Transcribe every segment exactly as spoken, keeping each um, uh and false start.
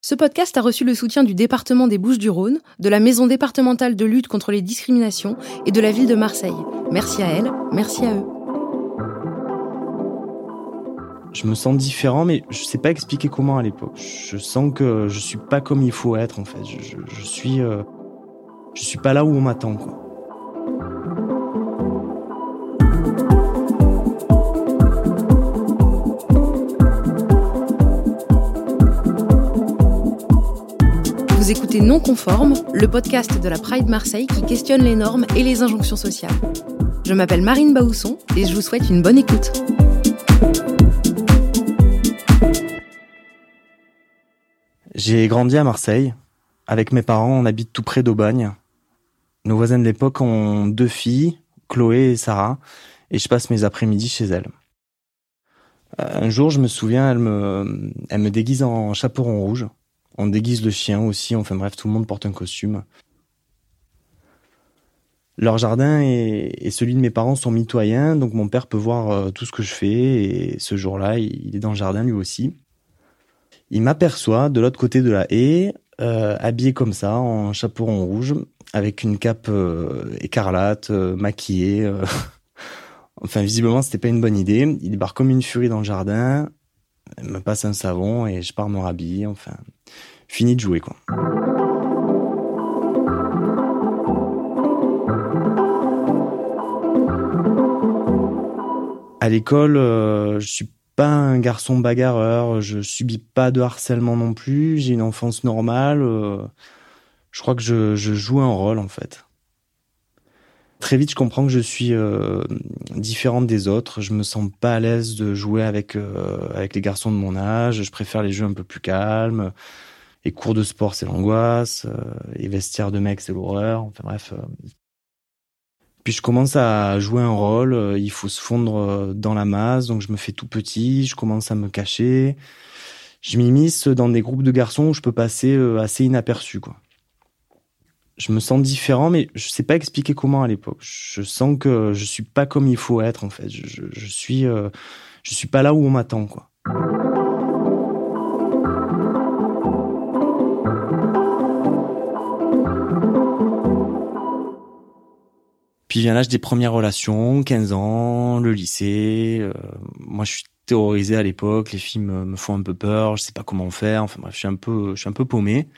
Ce podcast a reçu le soutien du département des Bouches-du-Rhône, de la Maison départementale de lutte contre les discriminations et de la ville de Marseille. Merci à elle, merci à eux. Je me sens différent, mais je sais pas expliquer comment à l'époque. Je sens que je suis pas comme il faut être, en fait. Je, je, je suis, euh, je suis pas là où on m'attend, quoi. Vous écoutez Non Conforme, le podcast de la Pride Marseille qui questionne les normes et les injonctions sociales. Je m'appelle Marine Baousson et je vous souhaite une bonne écoute. J'ai grandi à Marseille. Avec mes parents, on habite tout près d'Aubagne. Nos voisins de l'époque ont deux filles, Chloé et Sarah, et je passe mes après-midi chez elles. Un jour, je me souviens, elle me, elle me déguise en chaperon rouge. On déguise le chien aussi, enfin bref, tout le monde porte un costume. Leur jardin et, et celui de mes parents sont mitoyens, donc mon père peut voir euh, tout ce que je fais, et ce jour-là, il est dans le jardin lui aussi. Il m'aperçoit de l'autre côté de la haie, euh, habillé comme ça, en chaperon rouge, avec une cape euh, écarlate, euh, maquillé. Euh... enfin, visiblement, c'était pas une bonne idée. Il débarque comme une furie dans le jardin, me passe un savon et je pars me rhabiller, enfin... Fini de jouer, quoi. À l'école, euh, je suis pas un garçon bagarreur, je subis pas de harcèlement non plus, j'ai une enfance normale. Euh, je crois que je, je joue un rôle, en fait. Très vite, je comprends que je suis euh, différente des autres. Je me sens pas à l'aise de jouer avec euh, avec les garçons de mon âge. Je préfère les jeux un peu plus calmes. Les cours de sport, c'est l'angoisse. Euh, les vestiaires de mecs, c'est l'horreur. Enfin bref. Euh. Puis je commence à jouer un rôle. Euh, il faut se fondre dans la masse, donc je me fais tout petit. Je commence à me cacher. Je m'immisce dans des groupes de garçons où je peux passer euh, assez inaperçu, quoi. Je me sens différent, mais je sais pas expliquer comment à l'époque. Je sens que je suis pas comme il faut être, en fait. Je, je, je suis, euh, je suis pas là où on m'attend, quoi. Puis vient l'âge des premières relations, quinze ans, le lycée. Euh, moi, je suis terrorisé à l'époque. Les filles me, me font un peu peur. Je sais pas comment faire. Enfin bref, je suis un peu, je suis un peu paumé.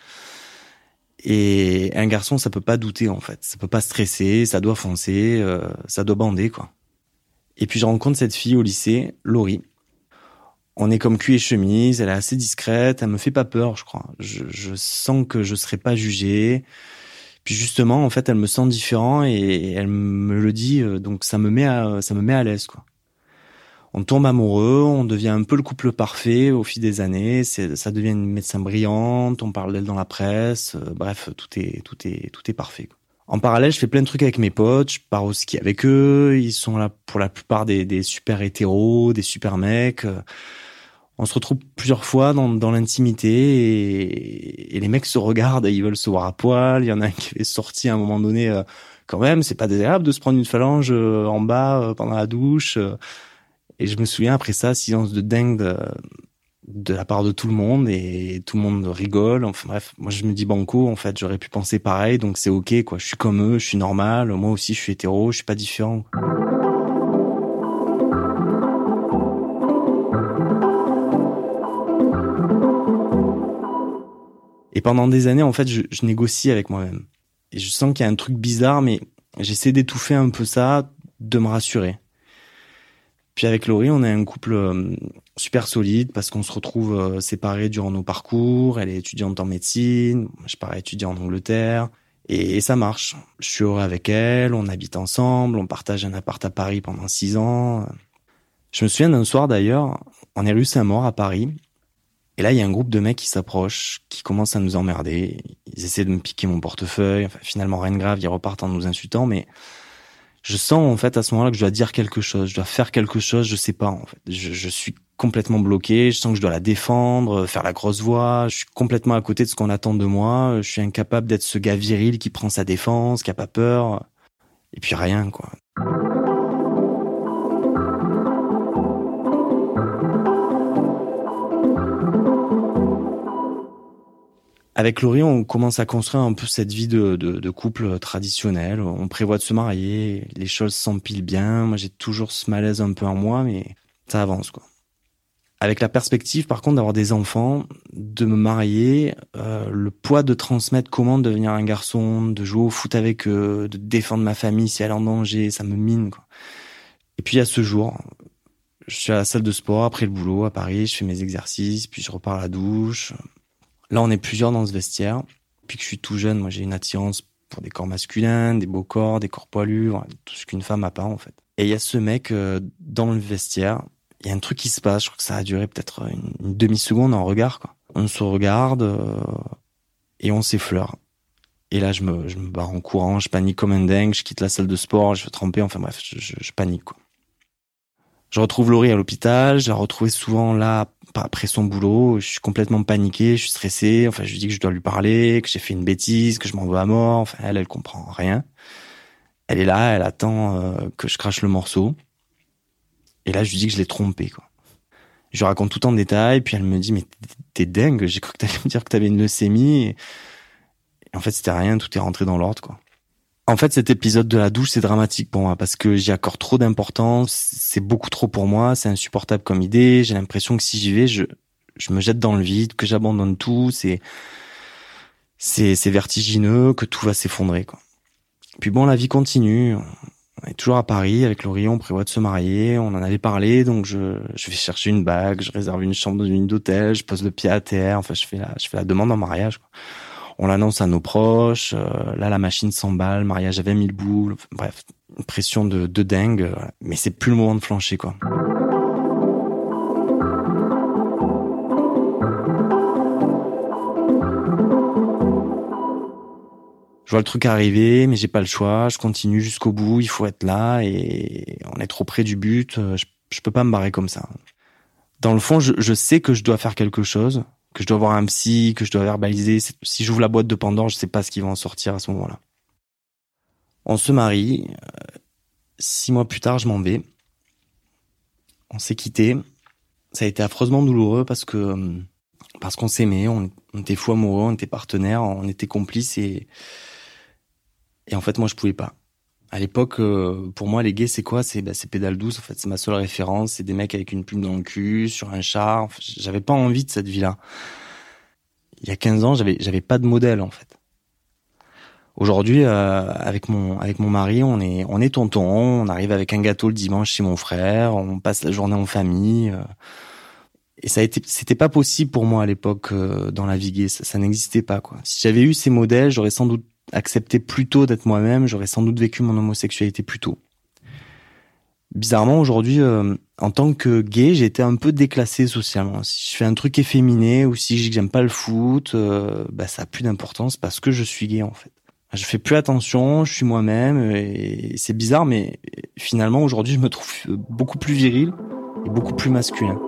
Et un garçon, ça peut pas douter, en fait. Ça peut pas stresser, ça doit foncer, euh, ça doit bander, quoi. Et puis je rencontre cette fille au lycée, Laurie. On est comme cul et chemise, elle est assez discrète, elle me fait pas peur, je crois. Je, je sens que je serai pas jugé. Puis justement, en fait, elle me sent différent et elle me le dit, donc ça me met à, ça me met à l'aise, quoi. On tombe amoureux, on devient un peu le couple parfait au fil des années. C'est, ça devient une médecin brillante, on parle d'elle dans la presse. Euh, bref, tout est, tout est, tout est parfait, quoi. En parallèle, je fais plein de trucs avec mes potes. Je pars au ski avec eux. Ils sont là pour la plupart des, des super hétéros, des super mecs. On se retrouve plusieurs fois dans, dans l'intimité et, et les mecs se regardent et ils veulent se voir à poil. Il y en a un qui est sorti à un moment donné. Euh, quand même, c'est pas désagréable de se prendre une phalange euh, en bas euh, pendant la douche. Euh, et je me souviens après ça, silence de dingue de, de la part de tout le monde et tout le monde rigole. Enfin bref, moi je me dis banco, en fait, j'aurais pu penser pareil, donc c'est ok, quoi. Je suis comme eux, je suis normal. Moi aussi, je suis hétéro, je suis pas différent. Et pendant des années, en fait, je, je négocie avec moi-même. Et je sens qu'il y a un truc bizarre, mais j'essaie d'étouffer un peu ça, de me rassurer. Puis avec Laurie, on est un couple euh, super solide parce qu'on se retrouve euh, séparés durant nos parcours. Elle est étudiante en médecine, je pars étudier en Angleterre. Et, et ça marche. Je suis heureux avec elle, on habite ensemble, on partage un appart à Paris pendant six ans. Je me souviens d'un soir d'ailleurs, on est rue Saint-Maur à Paris. Et là, il y a un groupe de mecs qui s'approchent, qui commencent à nous emmerder. Ils essaient de me piquer mon portefeuille. Enfin, finalement, rien de grave, ils repartent en nous insultant, mais je sens, en fait, à ce moment-là que je dois dire quelque chose, je dois faire quelque chose, je sais pas, en fait. Je, je suis complètement bloqué, je sens que je dois la défendre, faire la grosse voix, je suis complètement à côté de ce qu'on attend de moi, je suis incapable d'être ce gars viril qui prend sa défense, qui a pas peur. Et puis rien, quoi. Avec Laurie, on commence à construire un peu cette vie de, de, de couple traditionnel. On prévoit de se marier, les choses s'empilent bien. Moi, j'ai toujours ce malaise un peu en moi, mais ça avance, quoi. Avec la perspective, par contre, d'avoir des enfants, de me marier, euh, le poids de transmettre comment devenir un garçon, de jouer au foot avec eux, de défendre ma famille si elle est en danger, ça me mine, quoi. Et puis, à ce jour, je suis à la salle de sport après le boulot à Paris, je fais mes exercices, puis je repars à la douche. Là, on est plusieurs dans ce vestiaire. Depuis que je suis tout jeune, moi, j'ai une attirance pour des corps masculins, des beaux corps, des corps poilus, tout ce qu'une femme a pas, en fait. Et il y a ce mec euh, dans le vestiaire. Il y a un truc qui se passe, je crois que ça a duré peut-être une, une demi-seconde en regard, quoi. On se regarde euh, et on s'effleure. Et là, je me, je me barre en courant, je panique comme un dingue, je quitte la salle de sport, je veux tremper, enfin bref, je, je, je panique, quoi. Je retrouve Laurie à l'hôpital, je la retrouvais souvent là, après son boulot, je suis complètement paniqué, je suis stressé, enfin je lui dis que je dois lui parler, que j'ai fait une bêtise, que je m'en veux à mort, enfin elle, elle comprend rien. Elle est là, elle attend euh, que je crache le morceau. Et là, je lui dis que je l'ai trompée, quoi. Je lui raconte tout en détail, puis elle me dit, mais t'es dingue, j'ai cru que t'allais me dire que t'avais une leucémie. Et en fait, c'était rien, tout est rentré dans l'ordre, quoi. En fait, cet épisode de la douche, c'est dramatique pour moi, parce que j'y accorde trop d'importance, c'est beaucoup trop pour moi, c'est insupportable comme idée, j'ai l'impression que si j'y vais, je, je me jette dans le vide, que j'abandonne tout, c'est, c'est, c'est vertigineux, que tout va s'effondrer, quoi. Puis bon, la vie continue. On est toujours à Paris avec Laurie, on prévoit de se marier, on en avait parlé, donc je, je vais chercher une bague, je réserve une chambre dans une d'hôtel, je pose le pied à terre, enfin je fais la, je fais la demande en mariage, quoi. On l'annonce à nos proches, euh, là la machine s'emballe, mariage à vingt mille boules, enfin, bref, une pression de, de dingue, euh, mais c'est plus le moment de flancher, quoi. Je vois le truc arriver, mais j'ai pas le choix. Je continue jusqu'au bout. Il faut être là et on est trop près du but. Je, je peux pas me barrer comme ça. Dans le fond, je, je sais que je dois faire quelque chose, que je dois voir un psy, que je dois verbaliser. Si j'ouvre la boîte de Pandore, je sais pas ce qui va en sortir à ce moment-là. On se marie. Six mois plus tard, je m'en vais. On s'est quittés. Ça a été affreusement douloureux parce que parce qu'on s'aimait, on, on était fous amoureux, on était partenaires, on était complices et Et en fait, moi, je pouvais pas. À l'époque, euh, pour moi, les gays, c'est quoi ? C'est, bah, c'est pédale douce. En fait, c'est ma seule référence. C'est des mecs avec une plume dans le cul, sur un char. Enfin, j'avais pas envie de cette vie-là. Il y a quinze ans, j'avais, j'avais pas de modèle, en fait. Aujourd'hui, euh, avec mon, avec mon mari, on est, on est tonton. On arrive avec un gâteau le dimanche chez mon frère. On passe la journée en famille. Euh, et ça a été, c'était pas possible pour moi à l'époque euh, dans la vie gay. Ça, ça n'existait pas, quoi. Si j'avais eu ces modèles, j'aurais sans doute accepté plus tôt d'être moi-même, j'aurais sans doute vécu mon homosexualité plus tôt. Bizarrement, aujourd'hui, euh, en tant que gay, j'ai été un peu déclassé socialement. Si je fais un truc efféminé ou si j'aime pas le foot, euh, bah, ça a plus d'importance parce que je suis gay, en fait. Je fais plus attention, je suis moi-même et c'est bizarre, mais finalement, aujourd'hui, je me trouve beaucoup plus viril et beaucoup plus masculin.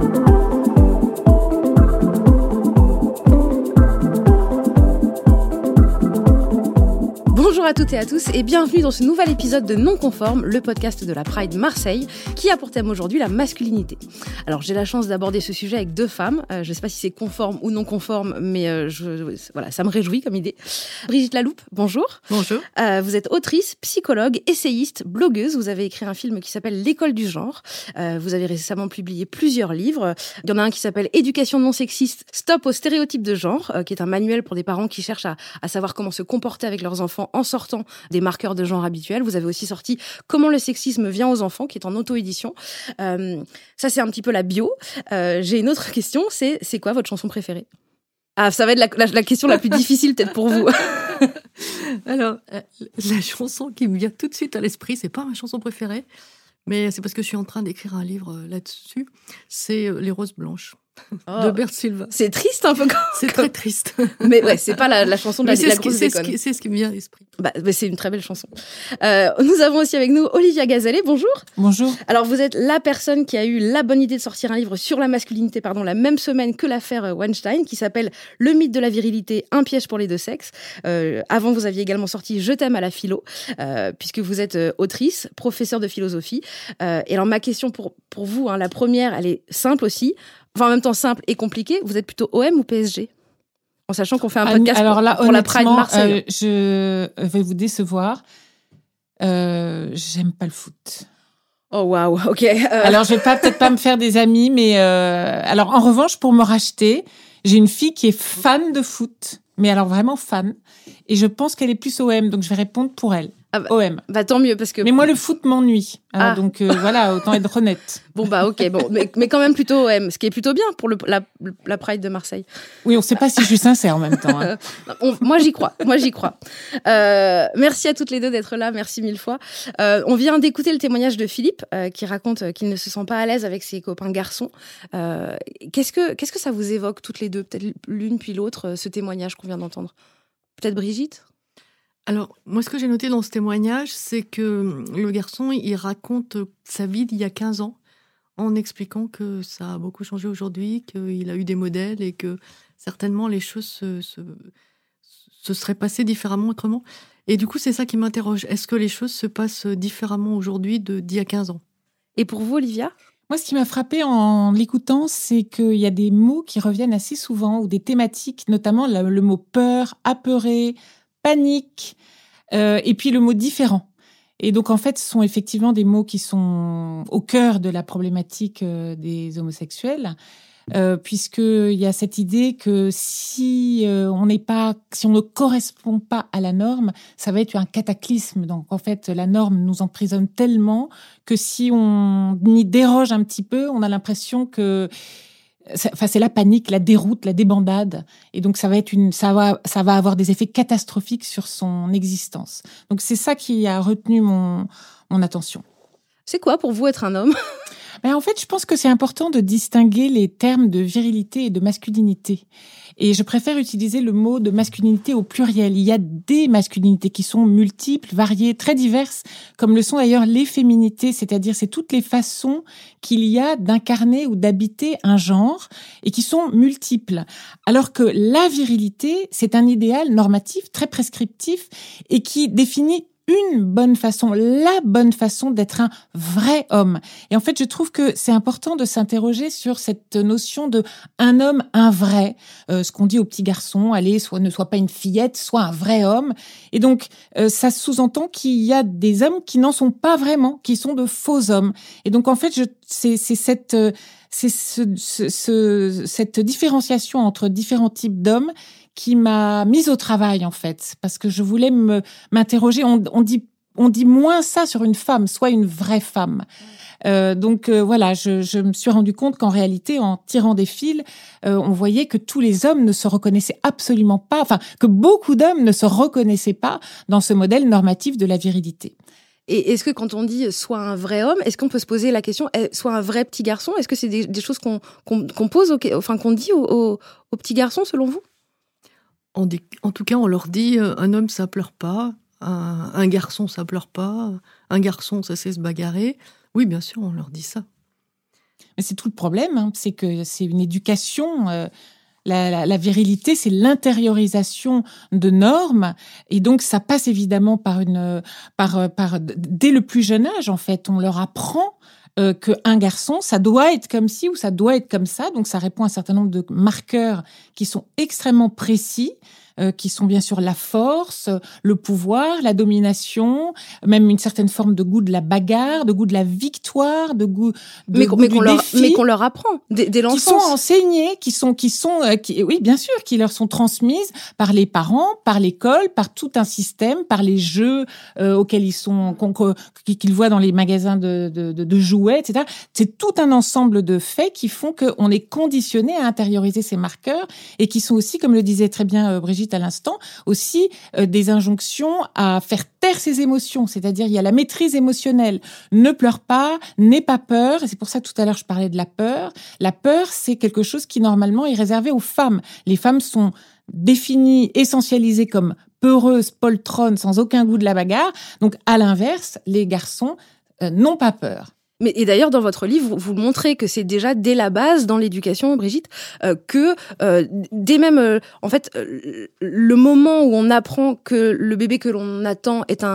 Bonjour à toutes et à tous et bienvenue dans ce nouvel épisode de Non Conforme, le podcast de la Pride Marseille qui a pour thème aujourd'hui la masculinité. Alors j'ai la chance d'aborder ce sujet avec deux femmes, euh, je ne sais pas si c'est conforme ou non conforme, mais euh, je, voilà, ça me réjouit comme idée. Brigitte Laloupe, bonjour. Bonjour. Euh, vous êtes autrice, psychologue, essayiste, blogueuse, vous avez écrit un film qui s'appelle L'école du genre, euh, vous avez récemment publié plusieurs livres, il y en a un qui s'appelle Éducation non sexiste, stop aux stéréotypes de genre, euh, qui est un manuel pour des parents qui cherchent à, à savoir comment se comporter avec leurs enfants en sortant des marqueurs de genre habituels. Vous avez aussi sorti Comment le sexisme vient aux enfants, qui est en auto-édition. Euh, ça, c'est un petit peu la bio. Euh, j'ai une autre question, c'est c'est quoi votre chanson préférée ? Ah, ça va être la, la, la question la plus difficile peut-être pour vous. Alors, euh, la chanson qui me vient tout de suite à l'esprit, c'est pas ma chanson préférée, mais c'est parce que je suis en train d'écrire un livre là-dessus. C'est Les Roses Blanches. Oh, de Bert Silva. C'est triste un peu quand C'est très triste. Mais ouais, c'est pas la, la chanson de la, la grosse c'est déconne. Ce qui, c'est ce qui me vient à l'esprit. Bah, bah, c'est une très belle chanson. Euh, nous avons aussi avec nous Olivia Gazalet. Bonjour. Bonjour. Alors, vous êtes la personne qui a eu la bonne idée de sortir un livre sur la masculinité, pardon, la même semaine que l'affaire Weinstein, qui s'appelle Le mythe de la virilité, un piège pour les deux sexes. Euh, avant, vous aviez également sorti Je t'aime à la philo, euh, puisque vous êtes euh, autrice, professeure de philosophie. Euh, et alors, ma question pour, pour vous, hein, la première, elle est simple aussi. Enfin, en même temps simple et compliqué, vous êtes plutôt O M ou P S G ? En sachant qu'on fait un podcast Alors là, pour, pour la Pride Marseille. Euh, je vais vous décevoir. Euh, j'aime pas le foot. Oh waouh, ok. Euh... Alors je vais pas peut-être pas me faire des amis, mais euh... alors en revanche, pour me racheter, j'ai une fille qui est fan de foot, mais alors vraiment fan, et je pense qu'elle est plus O M, donc je vais répondre pour elle. Ah bah, O M. Bah tant mieux parce que. Mais moi le foot m'ennuie, ah. hein, donc euh, voilà, autant être honnête. Bon bah ok, bon, mais, mais quand même plutôt O M, ce qui est plutôt bien pour le, la, la Pride de Marseille. Oui, on ne sait pas si je suis sincère en même temps. Hein. on, moi j'y crois, moi j'y crois. Euh, merci à toutes les deux d'être là, merci mille fois. Euh, on vient d'écouter le témoignage de Philippe euh, qui raconte qu'il ne se sent pas à l'aise avec ses copains garçons. Euh, qu'est-ce que qu'est-ce que ça vous évoque toutes les deux, peut-être l'une puis l'autre, ce témoignage qu'on vient d'entendre? Peut-être Brigitte? Alors, moi, ce que j'ai noté dans ce témoignage, c'est que le garçon, il raconte sa vie d'il y a quinze ans, en expliquant que ça a beaucoup changé aujourd'hui, qu'il a eu des modèles et que certainement les choses se, se, se seraient passées différemment autrement. Et du coup, c'est ça qui m'interroge. Est-ce que les choses se passent différemment aujourd'hui de, d'il y a quinze ans? Et pour vous, Olivia? Moi, ce qui m'a frappé en l'écoutant, c'est qu'il y a des mots qui reviennent assez souvent, ou des thématiques, notamment le, le mot peur, apeuré, panique, euh, et puis le mot différent. Et donc, en fait, ce sont effectivement des mots qui sont au cœur de la problématique euh, des homosexuels, euh, puisqu'il y a cette idée que si euh, on n'est pas, si on ne correspond pas à la norme, ça va être un cataclysme. Donc, en fait, la norme nous emprisonne tellement que si on y déroge un petit peu, on a l'impression que Enfin, c'est la panique, la déroute, la débandade, et donc ça va être une, ça va, ça va avoir des effets catastrophiques sur son existence. Donc c'est ça qui a retenu mon mon attention. C'est quoi pour vous être un homme? Ben en fait, je pense que c'est important de distinguer les termes de virilité et de masculinité. Et je préfère utiliser le mot de masculinité au pluriel. Il y a des masculinités qui sont multiples, variées, très diverses, comme le sont d'ailleurs les féminités, c'est-à-dire c'est toutes les façons qu'il y a d'incarner ou d'habiter un genre et qui sont multiples. Alors que la virilité, c'est un idéal normatif très prescriptif et qui définit une bonne façon, la bonne façon d'être un vrai homme. Et en fait, je trouve que c'est important de s'interroger sur cette notion de un homme, un vrai. Euh, ce qu'on dit aux petits garçons, allez, soit ne sois pas une fillette, sois un vrai homme. Et donc, euh, ça sous-entend qu'il y a des hommes qui n'en sont pas vraiment, qui sont de faux hommes. Et donc, en fait, je, c'est, c'est cette, euh, c'est ce, ce, ce, cette différenciation entre différents types d'hommes qui m'a mise au travail, en fait, parce que je voulais me, m'interroger. On, on dit, on dit moins ça sur une femme, soit une vraie femme. Euh, donc euh, voilà, je, je me suis rendu compte qu'en réalité, en tirant des fils, euh, on voyait que tous les hommes ne se reconnaissaient absolument pas, enfin, que beaucoup d'hommes ne se reconnaissaient pas dans ce modèle normatif de la virilité. Et est-ce que quand on dit soit un vrai homme, est-ce qu'on peut se poser la question, soit un vrai petit garçon? Est-ce que c'est des, des choses qu'on, qu'on, qu'on pose, au, enfin qu'on dit aux, aux, aux petits garçons, selon vous? On dit, en tout cas, on leur dit euh, un homme, ça pleure pas, un, un garçon, ça pleure pas, un garçon, ça sait se bagarrer. Oui, bien sûr, on leur dit ça. Mais c'est tout le problème, hein, c'est que c'est une éducation. Euh, la, la, la virilité, c'est l'intériorisation de normes, et donc ça passe évidemment par une, par, par dès le plus jeune âge. En fait, on leur apprend Euh, qu'un garçon, ça doit être comme ci ou ça doit être comme ça. Donc, ça répond à un certain nombre de marqueurs qui sont extrêmement précis, euh, qui sont bien sûr la force, le pouvoir, la domination, même une certaine forme de goût de la bagarre, de goût de la victoire, de goût, de mais, goût mais du qu'on défi. Leur, mais qu'on leur apprend dès, dès l'enfance. Qui sont enseignés, qui sont, qui sont, euh, qui, oui, bien sûr, qui leur sont transmises par les parents, par l'école, par tout un système, par les jeux euh, auxquels ils sont, qu'on, qu'ils voient dans les magasins de, de, de, de jouets, et cetera. C'est tout un ensemble de faits qui font qu'on est conditionné à intérioriser ces marqueurs et qui sont aussi, comme le disait très bien euh, Brigitte à l'instant, aussi euh, des injonctions à faire taire ses émotions. C'est-à-dire, il y a la maîtrise émotionnelle. Ne pleure pas, n'aie pas peur. Et c'est pour ça que tout à l'heure, je parlais de la peur. La peur, c'est quelque chose qui, normalement, est réservé aux femmes. Les femmes sont définies, essentialisées comme peureuses, poltronnes, sans aucun goût de la bagarre. Donc, à l'inverse, les garçons euh, n'ont pas peur. Mais, et d'ailleurs, dans votre livre, vous, vous montrez que c'est déjà dès la base, dans l'éducation, Brigitte, euh, que euh, dès même, euh, en fait, euh, le moment où on apprend que le bébé que l'on attend est un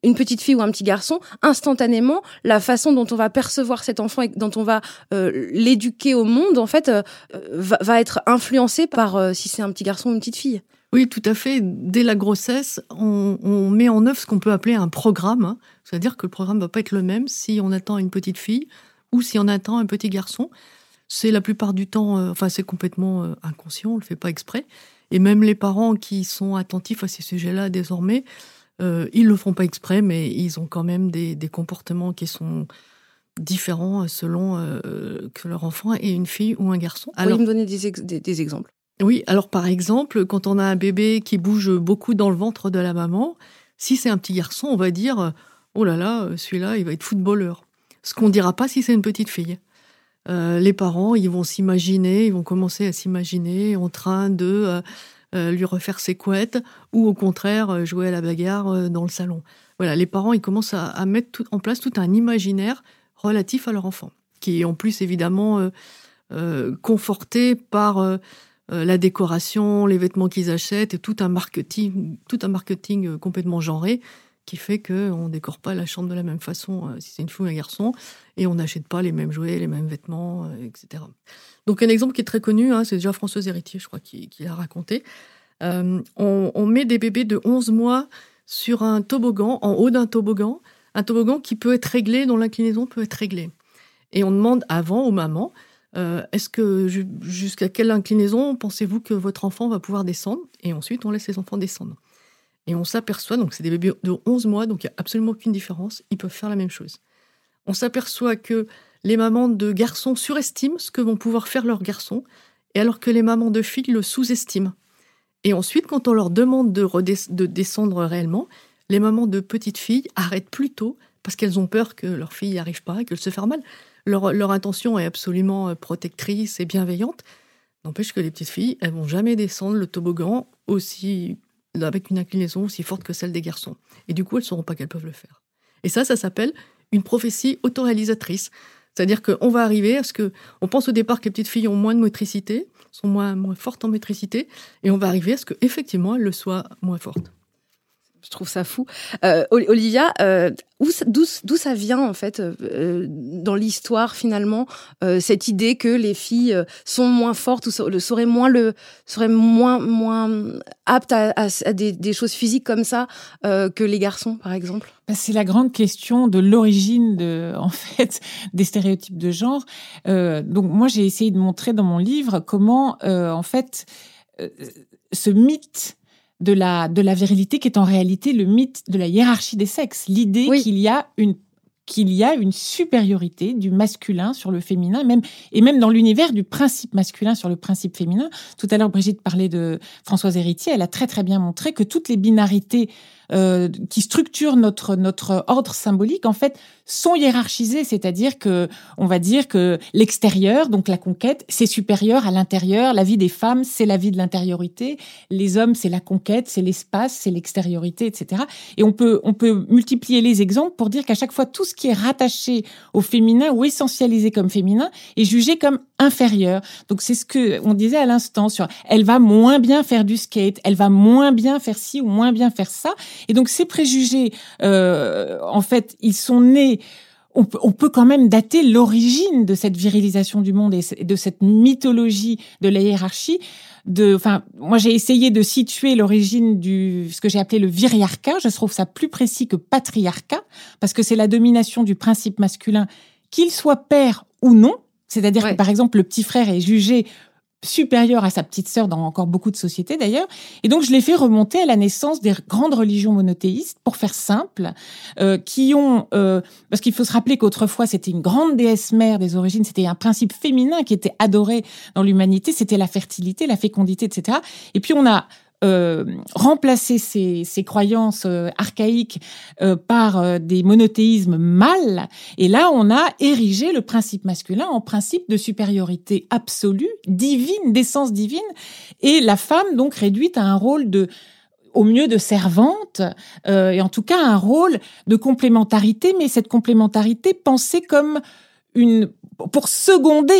une petite fille ou un petit garçon, instantanément, la façon dont on va percevoir cet enfant et dont on va euh, l'éduquer au monde, en fait, euh, va, va être influencée par euh, si c'est un petit garçon ou une petite fille. Oui, tout à fait. Dès la grossesse, on, on met en œuvre ce qu'on peut appeler un programme. Hein. C'est-à-dire que le programme ne va pas être le même si on attend une petite fille ou si on attend un petit garçon. C'est la plupart du temps, euh, enfin c'est complètement euh, inconscient, on ne le fait pas exprès. Et même les parents qui sont attentifs à ces sujets-là désormais, euh, ils ne le font pas exprès, mais ils ont quand même des, des comportements qui sont différents selon euh, que leur enfant est une fille ou un garçon. Alors, vous me donner des, ex- des, des exemples. Oui, alors par exemple, quand on a un bébé qui bouge beaucoup dans le ventre de la maman, si c'est un petit garçon, on va dire « Oh là là, celui-là, il va être footballeur ». Ce qu'on ne dira pas si c'est une petite fille. Euh, les parents, ils vont s'imaginer, ils vont commencer à s'imaginer en train de euh, euh, lui refaire ses couettes ou au contraire jouer à la bagarre euh, dans le salon. Voilà, les parents, ils commencent à, à mettre tout, en place tout un imaginaire relatif à leur enfant, qui est en plus évidemment euh, euh, conforté par euh, euh, la décoration, les vêtements qu'ils achètent et tout un marketing, tout un marketing euh, complètement genré qui fait qu'on ne décore pas la chambre de la même façon euh, si c'est une fille ou un garçon, et on n'achète pas les mêmes jouets, les mêmes vêtements, euh, et cetera. Donc un exemple qui est très connu, hein, c'est déjà Françoise Héritier, je crois, qui, qui l'a raconté. Euh, on, on met des bébés de onze mois sur un toboggan, en haut d'un toboggan, un toboggan qui peut être réglé, dont l'inclinaison peut être réglée. Et on demande avant aux mamans, euh, est-ce que jusqu'à quelle inclinaison pensez-vous que votre enfant va pouvoir descendre ? Et ensuite, on laisse les enfants descendre. Et on s'aperçoit, donc c'est des bébés de onze mois, donc il n'y a absolument aucune différence, ils peuvent faire la même chose. On s'aperçoit que les mamans de garçons surestiment ce que vont pouvoir faire leurs garçons, et alors que les mamans de filles le sous-estiment. Et ensuite, quand on leur demande de, redesc- de descendre réellement, les mamans de petites filles arrêtent plus tôt, parce qu'elles ont peur que leur fille n'y arrive pas et qu'elle se fasse mal. Leur, leur intention est absolument protectrice et bienveillante. N'empêche que les petites filles, elles ne vont jamais descendre le toboggan aussi... avec une inclinaison aussi forte que celle des garçons. Et du coup, elles ne sauront pas qu'elles peuvent le faire. Et ça, ça s'appelle une prophétie autoréalisatrice. C'est-à-dire qu'on va arriver à ce que... On pense au départ que les petites filles ont moins de motricité, sont moins, moins fortes en motricité, et on va arriver à ce qu'effectivement, elles le soient moins fortes. Je trouve ça fou. Euh, Olivia, euh, où, d'où, d'où ça vient, en fait, euh, dans l'histoire, finalement, euh, cette idée que les filles sont moins fortes ou seraient moins, le, seraient moins, moins aptes à, à, à des, des choses physiques comme ça euh, que les garçons, par exemple ? C'est la grande question de l'origine de, en fait, des stéréotypes de genre. Euh, donc, moi, j'ai essayé de montrer dans mon livre comment, euh, en fait, euh, ce mythe de la, de la virilité qui est en réalité le mythe de la hiérarchie des sexes. L'idée oui. qu'il y a une, qu'il y a une supériorité du masculin sur le féminin, même, et même dans l'univers du principe masculin sur le principe féminin. Tout à l'heure, Brigitte parlait de Françoise Héritier. Elle a très, très bien montré que toutes les binarités euh, qui structurent notre, notre ordre symbolique, en fait, sont hiérarchisées. C'est-à-dire que, on va dire que l'extérieur, donc la conquête, c'est supérieur à l'intérieur. La vie des femmes, c'est la vie de l'intériorité. Les hommes, c'est la conquête, c'est l'espace, c'est l'extériorité, et cetera. Et on peut, on peut multiplier les exemples pour dire qu'à chaque fois, tout ce qui est rattaché au féminin ou essentialisé comme féminin est jugé comme inférieur. Donc, c'est ce que on disait à l'instant sur elle va moins bien faire du skate, elle va moins bien faire ci ou moins bien faire ça. Et donc, ces préjugés, euh, en fait, ils sont nés. On peut, on peut quand même dater l'origine de cette virilisation du monde et de cette mythologie de la hiérarchie. De, enfin, moi, j'ai essayé de situer l'origine du, ce que j'ai appelé le viriarcat. Je trouve ça plus précis que patriarcat, parce que c'est la domination du principe masculin, qu'il soit père ou non. C'est-à-dire ouais. que, par exemple, le petit frère est jugé supérieur à sa petite sœur dans encore beaucoup de sociétés d'ailleurs. Et donc, je l'ai fait remonter à la naissance des grandes religions monothéistes, pour faire simple, euh, qui ont... Euh, parce qu'il faut se rappeler qu'autrefois, c'était une grande déesse mère des origines, c'était un principe féminin qui était adoré dans l'humanité, c'était la fertilité, la fécondité, et cetera. Et puis, on a... Euh, remplacer ces, ces croyances euh, archaïques euh, par euh, des monothéismes mâles. Et là, on a érigé le principe masculin en principe de supériorité absolue, divine, d'essence divine, et la femme donc réduite à un rôle de, au mieux de servante, euh, et en tout cas un rôle de complémentarité, mais cette complémentarité pensée comme une, pour seconder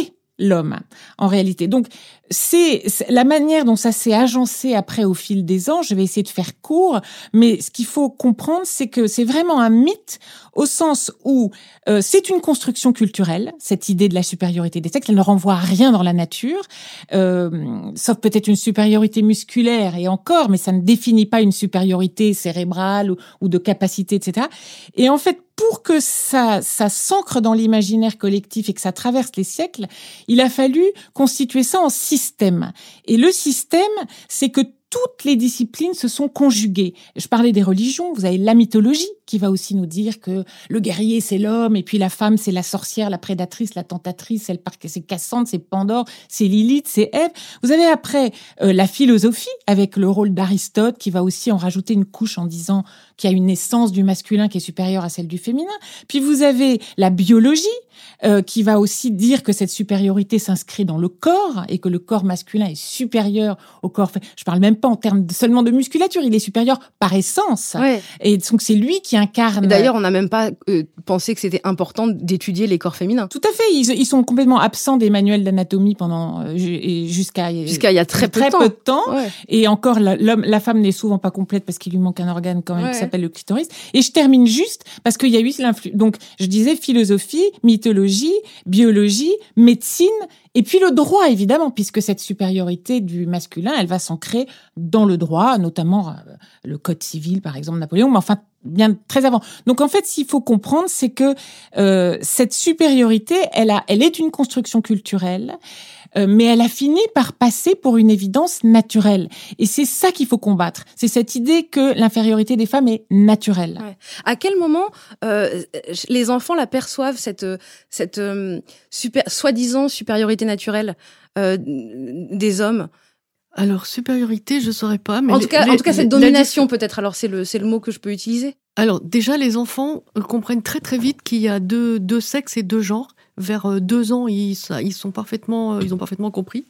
l'homme, en réalité. Donc, c'est, c'est la manière dont ça s'est agencé après au fil des ans. Je vais essayer de faire court, mais ce qu'il faut comprendre, c'est que c'est vraiment un mythe au sens où euh, c'est une construction culturelle, cette idée de la supériorité des sexes. Elle ne renvoie à rien dans la nature, euh, sauf peut-être une supériorité musculaire et encore, mais ça ne définit pas une supériorité cérébrale ou, ou de capacité, et cetera. Et en fait, pour que ça, ça s'ancre dans l'imaginaire collectif et que ça traverse les siècles, il a fallu constituer ça en système. Et le système, c'est que toutes les disciplines se sont conjuguées. Je parlais des religions, vous avez la mythologie qui va aussi nous dire que le guerrier c'est l'homme et puis la femme c'est la sorcière, la prédatrice, la tentatrice, c'est, le par... c'est Cassandre, c'est Pandore, c'est Lilith, c'est Ève. Vous avez après euh, la philosophie avec le rôle d'Aristote qui va aussi en rajouter une couche en disant qu'il y a une essence du masculin qui est supérieure à celle du féminin. Puis vous avez la biologie euh, qui va aussi dire que cette supériorité s'inscrit dans le corps et que le corps masculin est supérieur au corps. Je parle même pas en termes de, seulement de musculature, il est supérieur par essence. Ouais. Et donc c'est lui qui incarne. Et d'ailleurs, on n'a même pas euh, pensé que c'était important d'étudier les corps féminins. Tout à fait, ils, ils sont complètement absents des manuels d'anatomie pendant euh, jusqu'à jusqu'à il y a très peu très de temps. Peu de temps. Ouais. Et encore, la, l'homme, la femme n'est souvent pas complète parce qu'il lui manque un organe quand même ouais. qui s'appelle le clitoris. Et je termine juste parce qu'il y a eu l'influence. Donc je disais philosophie, mythologie, biologie, médecine. Et puis le droit, évidemment, puisque cette supériorité du masculin, elle va s'ancrer dans le droit, notamment euh, le Code civil, par exemple, Napoléon, mais enfin, bien très avant. Donc en fait, s'il faut comprendre, c'est que euh, cette supériorité, elle, a, elle est une construction culturelle, euh, mais elle a fini par passer pour une évidence naturelle. Et c'est ça qu'il faut combattre. C'est cette idée que l'infériorité des femmes est naturelle. Ouais. À quel moment euh, les enfants la perçoivent, cette, cette euh, super, soi-disant supériorité naturelle euh, des hommes? Alors, supériorité, je saurais pas. Mais en, les, tout cas, les, en tout cas, cette les, domination, la... peut-être. Alors, c'est le, c'est le mot que je peux utiliser. Alors, déjà, les enfants comprennent très, très vite qu'il y a deux, deux sexes et deux genres. Vers deux ans, ils, ils, sont parfaitement, ils ont parfaitement compris.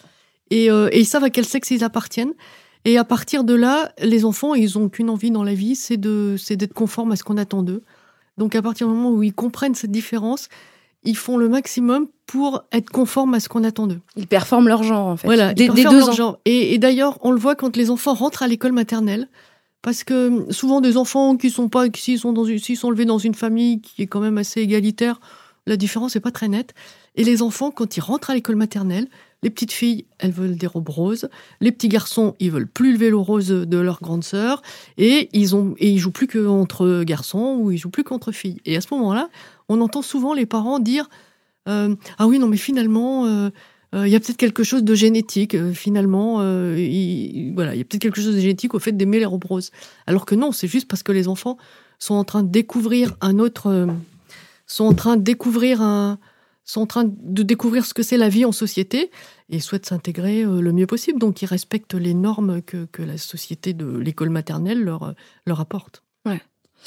Et, euh, et ils savent à quel sexe ils appartiennent. Et à partir de là, les enfants, ils n'ont qu'une envie dans la vie, c'est, de, c'est d'être conformes à ce qu'on attend d'eux. Donc, à partir du moment où ils comprennent cette différence, ils font le maximum pour être conformes à ce qu'on attend d'eux. Ils performent leur genre, en fait. Voilà, des, ils des deux leur ans. Genre. Et, et d'ailleurs, on le voit quand les enfants rentrent à l'école maternelle, parce que souvent des enfants qui sont pas, s'ils sont dans une, s'ils sont élevés dans une famille qui est quand même assez égalitaire, la différence est pas très nette. Et les enfants, quand ils rentrent à l'école maternelle, les petites filles, elles veulent des robes roses. Les petits garçons, ils veulent plus le vélo rose de leur grande sœur. Et ils ont, et ils jouent plus qu'entre garçons ou ils jouent plus qu'entre filles. Et à ce moment-là, on entend souvent les parents dire euh, ah oui, non, mais finalement, il euh, euh, y a peut-être quelque chose de génétique. Euh, finalement, euh, il, voilà, il y a peut-être quelque chose de génétique au fait d'aimer les robes roses. Alors que non, c'est juste parce que les enfants sont en train de découvrir un autre, euh, sont en train de découvrir un, sont en train de découvrir ce que c'est la vie en société et souhaitent s'intégrer euh, le mieux possible. Donc, ils respectent les normes que, que la société de l'école maternelle leur, leur apporte. Ouais.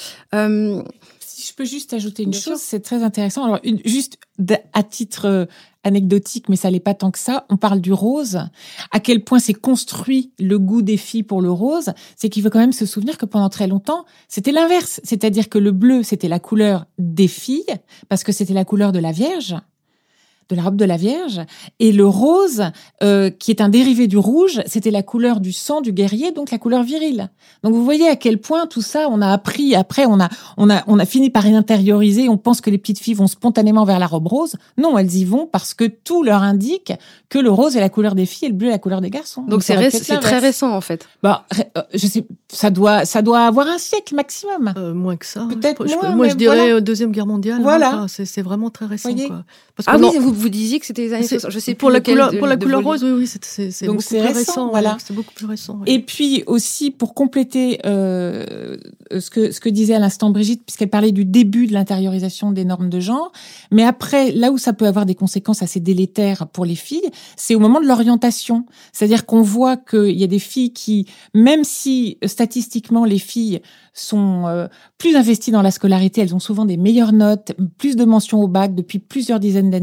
Euh... Si je peux juste ajouter une Bien chose, sûr. C'est très intéressant. Alors, une, juste à titre euh, anecdotique, mais ça l'est pas tant que ça, on parle du rose. À quel point c'est construit le goût des filles pour le rose, c'est qu'il faut quand même se souvenir que pendant très longtemps, c'était l'inverse. C'est-à-dire que le bleu, c'était la couleur des filles, parce que c'était la couleur de la Vierge, de la robe de la Vierge, et le rose, euh, qui est un dérivé du rouge, c'était la couleur du sang du guerrier, donc la couleur virile. Donc vous voyez à quel point tout ça, on a appris, après on a, on a, on a fini par intérioriser, on pense que les petites filles vont spontanément vers la robe rose. Non, elles y vont parce que tout leur indique que le rose est la couleur des filles et le bleu est la couleur des garçons. Donc, donc c'est, ré- c'est très récent en fait. Bah, je sais, ça doit, ça doit avoir un siècle maximum. Euh, moins que ça. Peut-être je, moins, je, Moi je dirais voilà. Deuxième Guerre mondiale. Voilà. Hein, c'est, c'est vraiment très récent. Quoi. Parce ah oui, en... vous, vous disiez que c'était les années soixante. Je sais pour plus la couleur, de, pour la de couleur vos rose, oui, oui, c'est, c'est, c'est donc beaucoup c'est plus récent, récent. Voilà. Ouais, c'est beaucoup plus récent. Ouais. Et puis aussi pour compléter euh, ce que ce que disait à l'instant Brigitte, puisqu'elle parlait du début de l'intériorisation des normes de genre, mais après là où ça peut avoir des conséquences assez délétères pour les filles, c'est au moment de l'orientation. C'est-à-dire qu'on voit qu'il y a des filles qui, même si statistiquement les filles sont euh, plus investies dans la scolarité, elles ont souvent des meilleures notes, plus de mentions au bac depuis plusieurs dizaines d'années déjà dans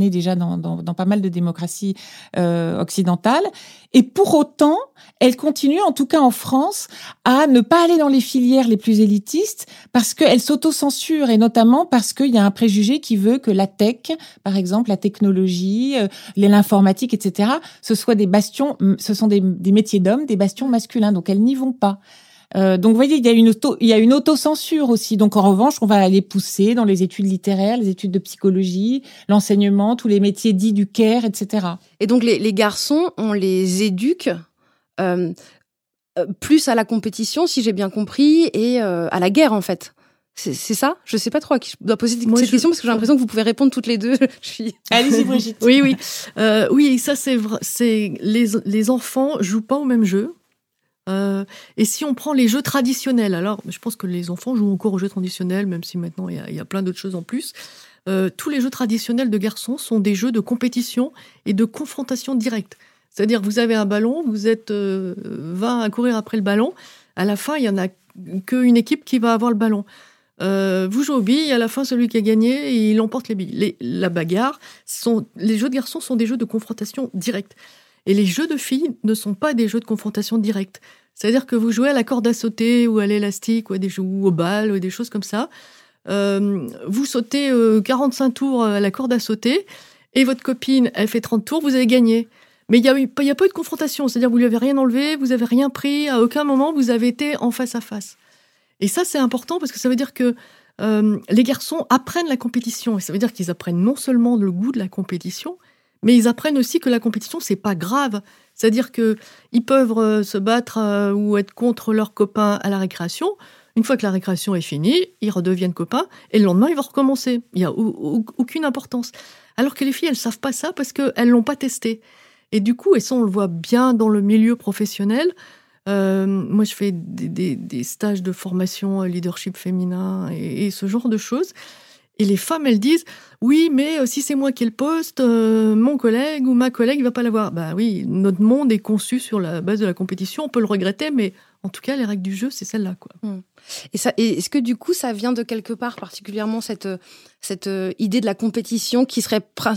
dans, dans, dans pas mal de démocraties euh, occidentales. Et pour autant, elle continue, en tout cas en France, à ne pas aller dans les filières les plus élitistes parce qu'elle s'auto-censure, et notamment parce qu'il y a un préjugé qui veut que la tech, par exemple, la technologie, euh, l'informatique, et cetera, ce soit des bastions, ce sont des, des métiers d'hommes, des bastions masculins. Donc elles n'y vont pas. Euh, donc, vous voyez, il y a une auto, il y a une autocensure aussi. Donc, en revanche, on va aller pousser dans les études littéraires, les études de psychologie, l'enseignement, tous les métiers dits du care, et cetera. Et donc, les, les garçons, on les éduque euh, euh, plus à la compétition, si j'ai bien compris, et euh, à la guerre, en fait. C'est, c'est ça ? Je sais pas trop à qui je dois poser cette Moi, question je... parce que j'ai l'impression que vous pouvez répondre toutes les deux. Je suis... Allez-y, Brigitte. oui, oui. Euh, oui, ça, c'est vrai. C'est... Les, les enfants jouent pas au même jeu. Euh, et si on prend les jeux traditionnels, alors je pense que les enfants jouent encore aux jeux traditionnels, même si maintenant il y a, il y a plein d'autres choses en plus. Euh, tous les jeux traditionnels de garçons sont des jeux de compétition et de confrontation directe. C'est-à-dire vous avez un ballon, vous êtes euh, vingt à courir après le ballon. À la fin, il y en a qu'une équipe qui va avoir le ballon. Euh, vous jouez aux billes, à la fin, celui qui a gagné, il emporte les billes. Les, la bagarre, sont, les jeux de garçons sont des jeux de confrontation directe. Et les jeux de filles ne sont pas des jeux de confrontation directe. C'est-à-dire que vous jouez à la corde à sauter ou à l'élastique ou, à des jeux, ou au bal ou des choses comme ça. Euh, vous sautez euh, quarante-cinq tours à la corde à sauter et votre copine, elle fait trente tours, vous avez gagné. Mais il n'y a, y a pas eu de confrontation. C'est-à-dire que vous lui avez rien enlevé, vous n'avez rien pris. À aucun moment, vous avez été en face à face. Et ça, c'est important parce que ça veut dire que euh, les garçons apprennent la compétition. Et ça veut dire qu'ils apprennent non seulement le goût de la compétition, mais ils apprennent aussi que la compétition, c'est pas grave. C'est-à-dire qu'ils peuvent euh, se battre euh, ou être contre leurs copains à la récréation. Une fois que la récréation est finie, ils redeviennent copains et le lendemain, ils vont recommencer. Il n'y a ou, ou, aucune importance. Alors que les filles, elles ne savent pas ça parce qu'elles ne l'ont pas testé. Et du coup, et ça, on le voit bien dans le milieu professionnel. Euh, moi, je fais des, des, des stages de formation leadership féminin et, et ce genre de choses. Et les femmes, elles disent « Oui, mais euh, si c'est moi qui ai le poste, euh, mon collègue ou ma collègue, il ne va pas l'avoir. » Bah oui, notre monde est conçu sur la base de la compétition. On peut le regretter, mais en tout cas, les règles du jeu, c'est celle-là, quoi. Mmh. Et, ça, et est-ce que du coup, ça vient de quelque part, particulièrement cette, cette idée de la compétition qui serait prin-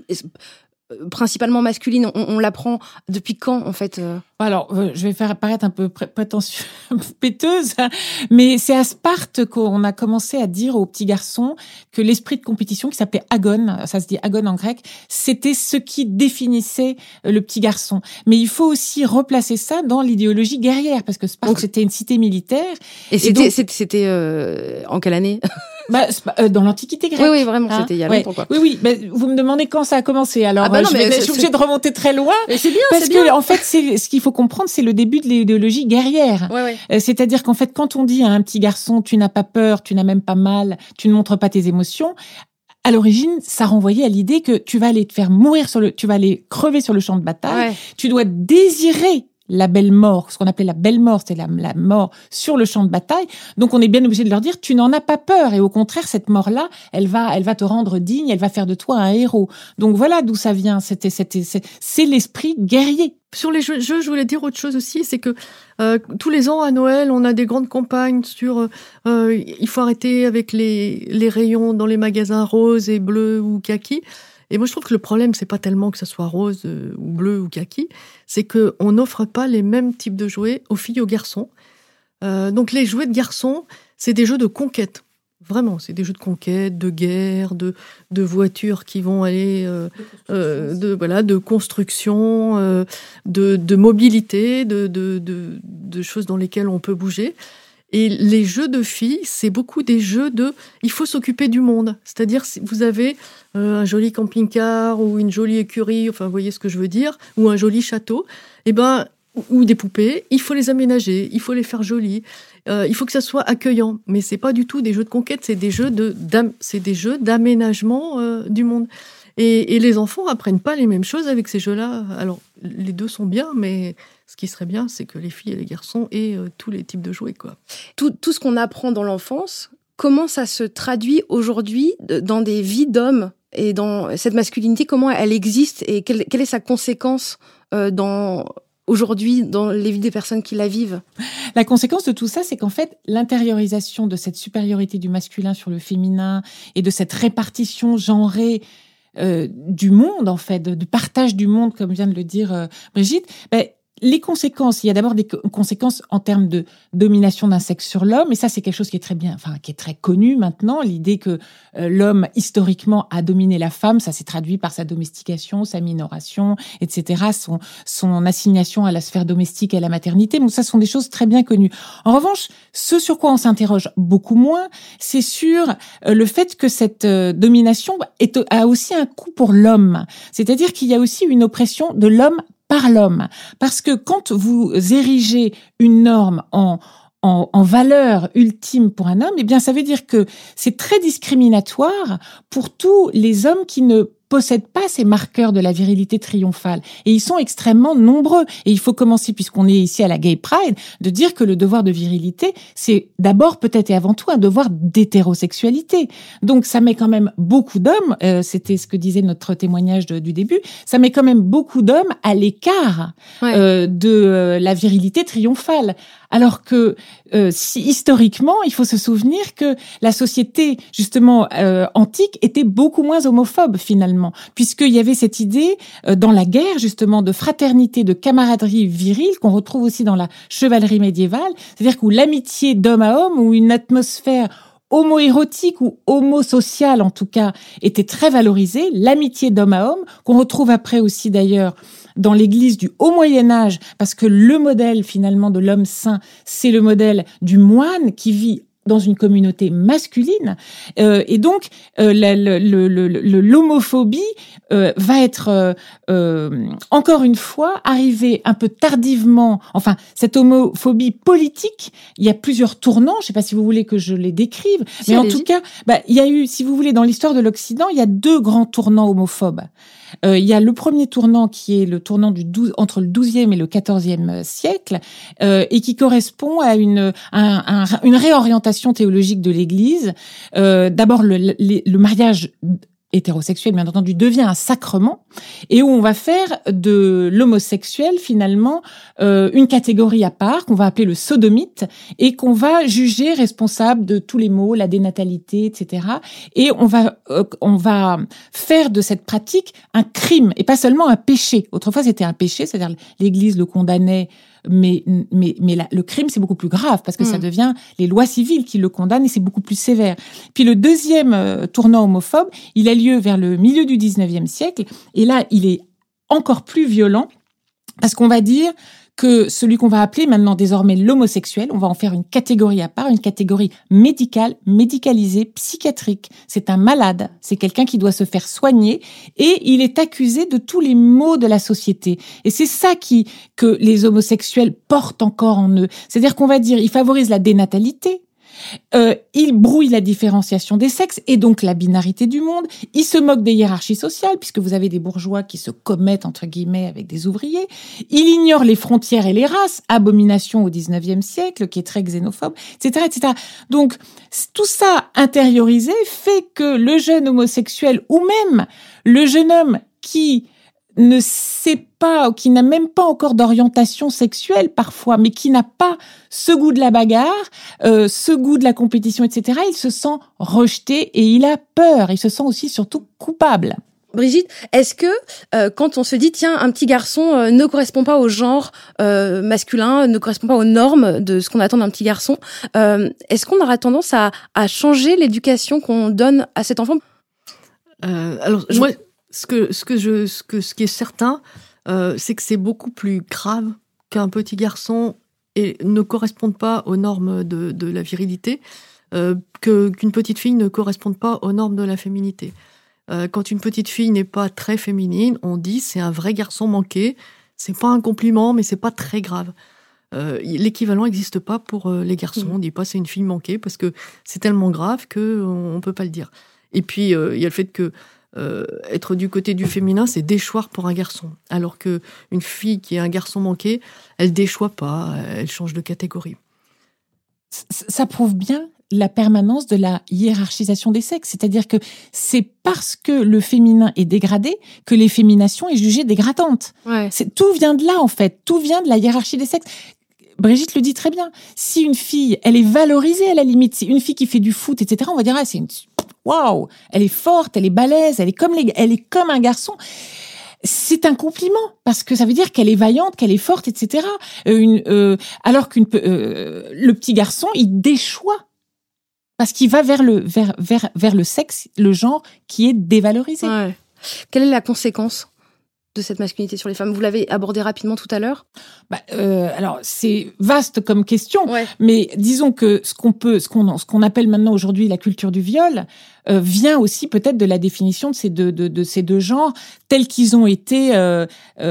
principalement masculine, on, on l'apprend depuis quand, en fait? Alors, euh, je vais faire paraître un peu pré- prétentieuse, péteuse, mais c'est à Sparte qu'on a commencé à dire aux petits garçons que l'esprit de compétition, qui s'appelait agone, ça se dit agone en grec, c'était ce qui définissait le petit garçon. Mais il faut aussi replacer ça dans l'idéologie guerrière, parce que Sparte, donc, c'était une cité militaire. Et c'était, et donc, c'était, c'était euh, en quelle année? Bah, euh, dans l'Antiquité grecque. Oui, oui, vraiment, hein, c'était il y a ouais. longtemps, quoi. Oui, oui, mais vous me demandez quand ça a commencé. Alors, ah bah non, je, mais vais, je suis obligée de remonter très loin. Mais c'est bien, parce c'est que, bien. en fait, c'est, ce qu'il faut comprendre, c'est le début de l'idéologie guerrière. Ouais, ouais. Euh, c'est-à-dire qu'en fait, quand on dit à un petit garçon, tu n'as pas peur, tu n'as même pas mal, tu ne montres pas tes émotions, à l'origine, ça renvoyait à l'idée que tu vas aller te faire mourir sur le, tu vas aller crever sur le champ de bataille. Ouais. Tu dois désirer la belle mort, ce qu'on appelait la belle mort, c'est la, la mort sur le champ de bataille. Donc, on est bien obligé de leur dire, tu n'en as pas peur. Et au contraire, cette mort-là, elle va, elle va te rendre digne, elle va faire de toi un héros. Donc, voilà d'où ça vient. C'était, c'était, c'est, c'est l'esprit guerrier. Sur les jeux, je voulais dire autre chose aussi, c'est que euh, tous les ans à Noël, on a des grandes campagnes sur euh, il faut arrêter avec les, les rayons dans les magasins roses et bleus ou kaki. Et moi, je trouve que le problème, c'est pas tellement que ça soit rose euh, ou bleu ou kaki, c'est qu'on n'offre pas les mêmes types de jouets aux filles et aux garçons. Euh, donc, les jouets de garçons, c'est des jeux de conquête. Vraiment, c'est des jeux de conquête, de guerre, de, de voitures qui vont aller, euh, euh, de, voilà, de construction, euh, de, de mobilité, de, de, de, de choses dans lesquelles on peut bouger. Et les jeux de filles, c'est beaucoup des jeux de « il faut s'occuper du monde ». C'est-à-dire, si vous avez euh, un joli camping-car ou une jolie écurie, enfin, vous voyez ce que je veux dire, ou un joli château, eh ben, ou des poupées, il faut les aménager, il faut les faire jolies, euh, il faut que ça soit accueillant. Mais c'est pas du tout des jeux de conquête, c'est des jeux, de, d'am- c'est des jeux d'aménagement euh, du monde. Et, et les enfants apprennent pas les mêmes choses avec ces jeux-là. Alors, les deux sont bien, mais... Ce qui serait bien, c'est que les filles et les garçons aient euh, tous les types de jouets, quoi. Tout, tout ce qu'on apprend dans l'enfance, comment ça se traduit aujourd'hui dans des vies d'hommes et dans cette masculinité, comment elle existe et quelle, quelle est sa conséquence euh, dans, aujourd'hui dans les vies des personnes qui la vivent? La conséquence de tout ça, c'est qu'en fait, l'intériorisation de cette supériorité du masculin sur le féminin et de cette répartition genrée euh, du monde, en fait, de, de partage du monde, comme vient de le dire euh, Brigitte, ben, les conséquences, il y a d'abord des co- conséquences en termes de domination d'un sexe sur l'homme, et ça c'est quelque chose qui est très bien, enfin qui est très connu maintenant. L'idée que euh, l'homme historiquement a dominé la femme, ça s'est traduit par sa domestication, sa minoration, et cetera, son son assignation à la sphère domestique et à la maternité. Donc ça, ce sont des choses très bien connues. En revanche, ce sur quoi on s'interroge beaucoup moins, c'est sur euh, le fait que cette euh, domination est, a aussi un coût pour l'homme. C'est-à-dire qu'il y a aussi une oppression de l'homme par l'homme. Parce que quand vous érigez une norme en, en, en valeur ultime pour un homme, eh bien, ça veut dire que c'est très discriminatoire pour tous les hommes qui ne possèdent pas ces marqueurs de la virilité triomphale. Et ils sont extrêmement nombreux. Et il faut commencer, puisqu'on est ici à la Gay Pride, de dire que le devoir de virilité, c'est d'abord peut-être et avant tout un devoir d'hétérosexualité. Donc ça met quand même beaucoup d'hommes, euh, c'était ce que disait notre témoignage de, du début, ça met quand même beaucoup d'hommes à l'écart ouais. euh, de euh, la virilité triomphale. Alors que euh, si, historiquement, il faut se souvenir que la société justement euh, antique était beaucoup moins homophobe finalement, puisqu'il y avait cette idée euh, dans la guerre justement de fraternité, de camaraderie virile qu'on retrouve aussi dans la chevalerie médiévale, c'est-à-dire que l'amitié d'homme à homme ou une atmosphère homo-érotique ou homo-sociale en tout cas était très valorisée, l'amitié d'homme à homme qu'on retrouve après aussi d'ailleurs dans l'Église du Haut Moyen-Âge, parce que le modèle finalement de l'homme saint, c'est le modèle du moine qui vit dans une communauté masculine, euh, et donc euh, la, le, le, le, l'homophobie euh, va être euh, euh, encore une fois arrivée un peu tardivement. Enfin, cette homophobie politique, il y a plusieurs tournants. Je ne sais pas si vous voulez que je les décrive, si mais en tout cas, bah, il y a eu, si vous voulez, dans l'histoire de l'Occident, il y a deux grands tournants homophobes. Euh, il y a le premier tournant qui est le tournant du douze, entre le douzième et le quatorzième siècle, euh, et qui correspond à une, un, un, une réorientation théologique de l'Église. Euh, d'abord, le, le, le mariage hétérosexuel, bien entendu, devient un sacrement, et où on va faire de l'homosexuel, finalement, euh, une catégorie à part, qu'on va appeler le sodomite, et qu'on va juger responsable de tous les maux, la dénatalité, et cetera. Et on va, euh, on va faire de cette pratique un crime, et pas seulement un péché. Autrefois, c'était un péché, c'est-à-dire l'Église le condamnait, mais mais mais la, le crime c'est beaucoup plus grave parce que mmh. ça devient les lois civiles qui le condamnent et c'est beaucoup plus sévère. Puis le deuxième euh, tournant homophobe, il a lieu vers le milieu du dix-neuvième siècle et là il est encore plus violent parce qu'on va dire que celui qu'on va appeler maintenant désormais l'homosexuel, on va en faire une catégorie à part, une catégorie médicale, médicalisée, psychiatrique. C'est un malade, c'est quelqu'un qui doit se faire soigner et il est accusé de tous les maux de la société. Et c'est ça qui que les homosexuels portent encore en eux. C'est-à-dire qu'on va dire, ils favorisent la dénatalité, Euh, il brouille la différenciation des sexes et donc la binarité du monde. Il se moque des hiérarchies sociales puisque vous avez des bourgeois qui se commettent entre guillemets avec des ouvriers. Il ignore les frontières et les races, abomination au dix-neuvième siècle qui est très xénophobe, et cetera, et cetera. Donc tout ça intériorisé fait que le jeune homosexuel ou même le jeune homme qui ne sait pas, ou qui n'a même pas encore d'orientation sexuelle parfois, mais qui n'a pas ce goût de la bagarre, euh, ce goût de la compétition, et cetera, il se sent rejeté et il a peur. Il se sent aussi surtout coupable. Brigitte, est-ce que euh, quand on se dit tiens un petit garçon euh, ne correspond pas au genre euh, masculin, ne correspond pas aux normes de ce qu'on attend d'un petit garçon, euh, est-ce qu'on aura tendance à, à changer l'éducation qu'on donne à cet enfant ? euh, Alors je... moi, ce que ce que je ce que ce qui est certain, euh, c'est que c'est beaucoup plus grave qu'un petit garçon et ne corresponde pas aux normes de de la virilité, euh, que qu'une petite fille ne corresponde pas aux normes de la féminité. Euh, quand une petite fille n'est pas très féminine, on dit c'est un vrai garçon manqué. C'est pas un compliment, mais c'est pas très grave. Euh, l'équivalent n'existe pas pour euh, les garçons. Mmh. On dit pas c'est une fille manquée parce que c'est tellement grave que on, on peut pas le dire. Et puis il euh, y a le fait que euh, être du côté du féminin, c'est déchoir pour un garçon, alors que une fille qui est un garçon manqué, elle déchoit pas, elle change de catégorie. Ça prouve bien la permanence de la hiérarchisation des sexes. C'est-à-dire que c'est parce que le féminin est dégradé que l'effémination est jugée dégradante. Ouais. C'est, tout vient de là, en fait. Tout vient de la hiérarchie des sexes. Brigitte le dit très bien. Si une fille, elle est valorisée à la limite, si une fille qui fait du foot, et cetera, on va dire, ah, c'est une, waouh, elle est forte, elle est balèze, elle est comme les, elle est comme un garçon. C'est un compliment parce que ça veut dire qu'elle est vaillante, qu'elle est forte, et cetera. Euh, une, euh, alors qu'une euh, le petit garçon, il déchoit parce qu'il va vers le vers vers vers le sexe, le genre qui est dévalorisé. Ouais. Quelle est la conséquence de cette masculinité sur les femmes? Vous l'avez abordé rapidement tout à l'heure. Bah, euh, alors c'est vaste comme question, ouais. mais disons que ce qu'on peut, ce qu'on ce qu'on appelle maintenant aujourd'hui la culture du viol euh, vient aussi peut-être de la définition de ces deux de, de ces deux genres tels qu'ils ont été euh,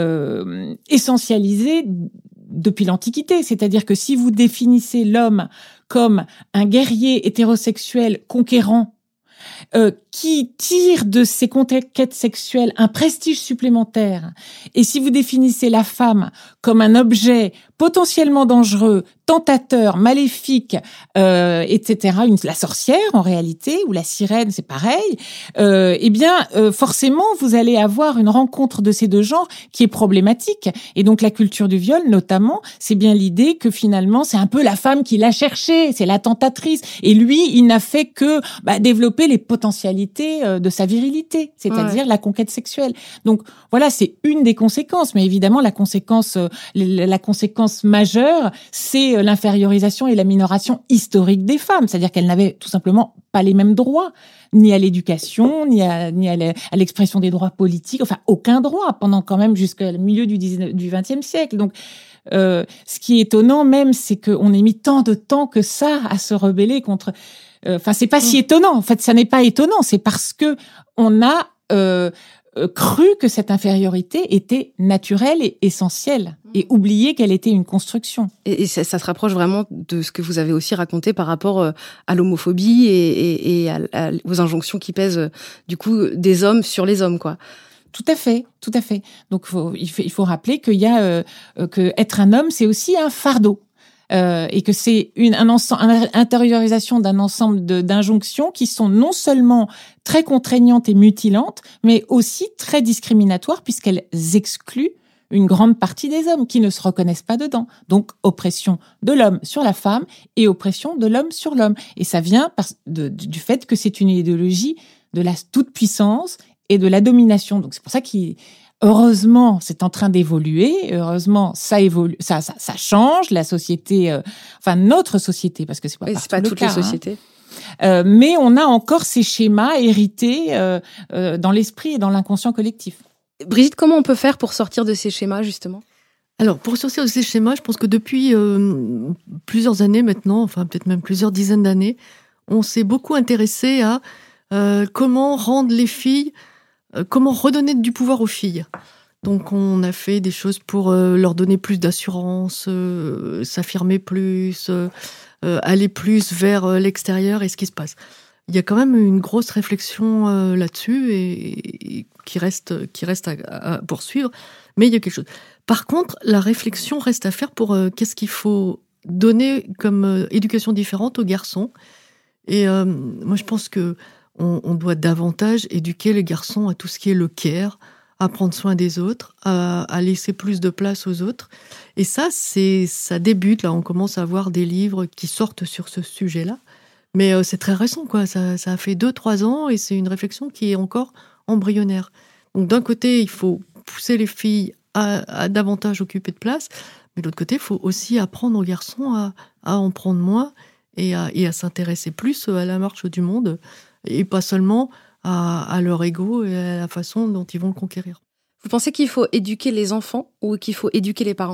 euh, essentialisés depuis l'Antiquité. C'est-à-dire que si vous définissez l'homme comme un guerrier hétérosexuel conquérant, Euh, qui tire de ses conquêtes sexuelles un prestige supplémentaire, et si vous définissez la femme comme un objet potentiellement dangereux, tentateur, maléfique, euh, et cetera, une, la sorcière en réalité, ou la sirène, c'est pareil, euh, eh bien, euh, forcément, vous allez avoir une rencontre de ces deux genres qui est problématique. Et donc, la culture du viol, notamment, c'est bien l'idée que finalement, c'est un peu la femme qui l'a cherché, c'est la tentatrice. Et lui, il n'a fait que bah, développer les potentialités euh, de sa virilité, c'est-à-dire ouais. la conquête sexuelle. Donc, voilà, c'est une des conséquences. Mais évidemment, la conséquence, euh, la conséquence majeure, c'est l'infériorisation et la minoration historique des femmes, c'est-à-dire qu'elles n'avaient tout simplement pas les mêmes droits, ni à l'éducation, ni à, ni à l'expression des droits politiques, enfin aucun droit pendant quand même jusqu'au milieu du dix-neuvième, du vingtième siècle. Donc, euh, ce qui est étonnant même, c'est qu'on ait mis tant de temps que ça à se rebeller contre. Enfin, euh, c'est pas si étonnant. En fait, ça n'est pas étonnant. C'est parce que on a euh, cru que cette infériorité était naturelle et essentielle, et oublié qu'elle était une construction. Et, et ça, ça se rapproche vraiment de ce que vous avez aussi raconté par rapport à l'homophobie et, et, et à, à, aux injonctions qui pèsent du coup des hommes sur les hommes, quoi. Tout à fait, tout à fait. Donc faut, il, faut, il faut rappeler qu'il y a euh, que être un homme, c'est aussi un fardeau. Euh, et que c'est une un ensemble, une intériorisation d'un ensemble de, d'injonctions qui sont non seulement très contraignantes et mutilantes, mais aussi très discriminatoires puisqu'elles excluent une grande partie des hommes qui ne se reconnaissent pas dedans. Donc, oppression de l'homme sur la femme et oppression de l'homme sur l'homme. Et ça vient par, de, du fait que c'est une idéologie de la toute-puissance et de la domination. Donc, c'est pour ça qu'il heureusement, c'est en train d'évoluer. Heureusement, ça évolue, ça, ça, ça change. La société, euh, enfin notre société, parce que c'est pas, oui, partout c'est pas le toutes cas, les sociétés. Hein. Euh, mais on a encore ces schémas hérités euh, euh, dans l'esprit et dans l'inconscient collectif. Brigitte, comment on peut faire pour sortir de ces schémas justement ? Alors, pour sortir de ces schémas, je pense que depuis euh, plusieurs années maintenant, enfin peut-être même plusieurs dizaines d'années, on s'est beaucoup intéressé à euh, comment rendre les filles. Comment redonner du pouvoir aux filles. Donc, on a fait des choses pour euh, leur donner plus d'assurance, euh, s'affirmer plus, euh, aller plus vers euh, l'extérieur et ce qui se passe. Il y a quand même une grosse réflexion euh, là-dessus et, et qui reste, qui reste à, à poursuivre, mais il y a quelque chose. Par contre, la réflexion reste à faire pour euh, qu'est-ce qu'il faut donner comme euh, éducation différente aux garçons. Et euh, moi, je pense que On, on doit davantage éduquer les garçons à tout ce qui est le care, à prendre soin des autres, à, à laisser plus de place aux autres. Et ça, c'est, ça débute. Là, on commence à avoir des livres qui sortent sur ce sujet-là. Mais euh, c'est très récent, quoi. Ça, ça a fait deux, trois ans et c'est une réflexion qui est encore embryonnaire. Donc, d'un côté, il faut pousser les filles à, à davantage occuper de place. Mais de l'autre côté, il faut aussi apprendre aux garçons à, à en prendre moins et à, et à s'intéresser plus à la marche du monde. Et pas seulement à, à leur ego et à la façon dont ils vont le conquérir. Vous pensez qu'il faut éduquer les enfants ou qu'il faut éduquer les parents ?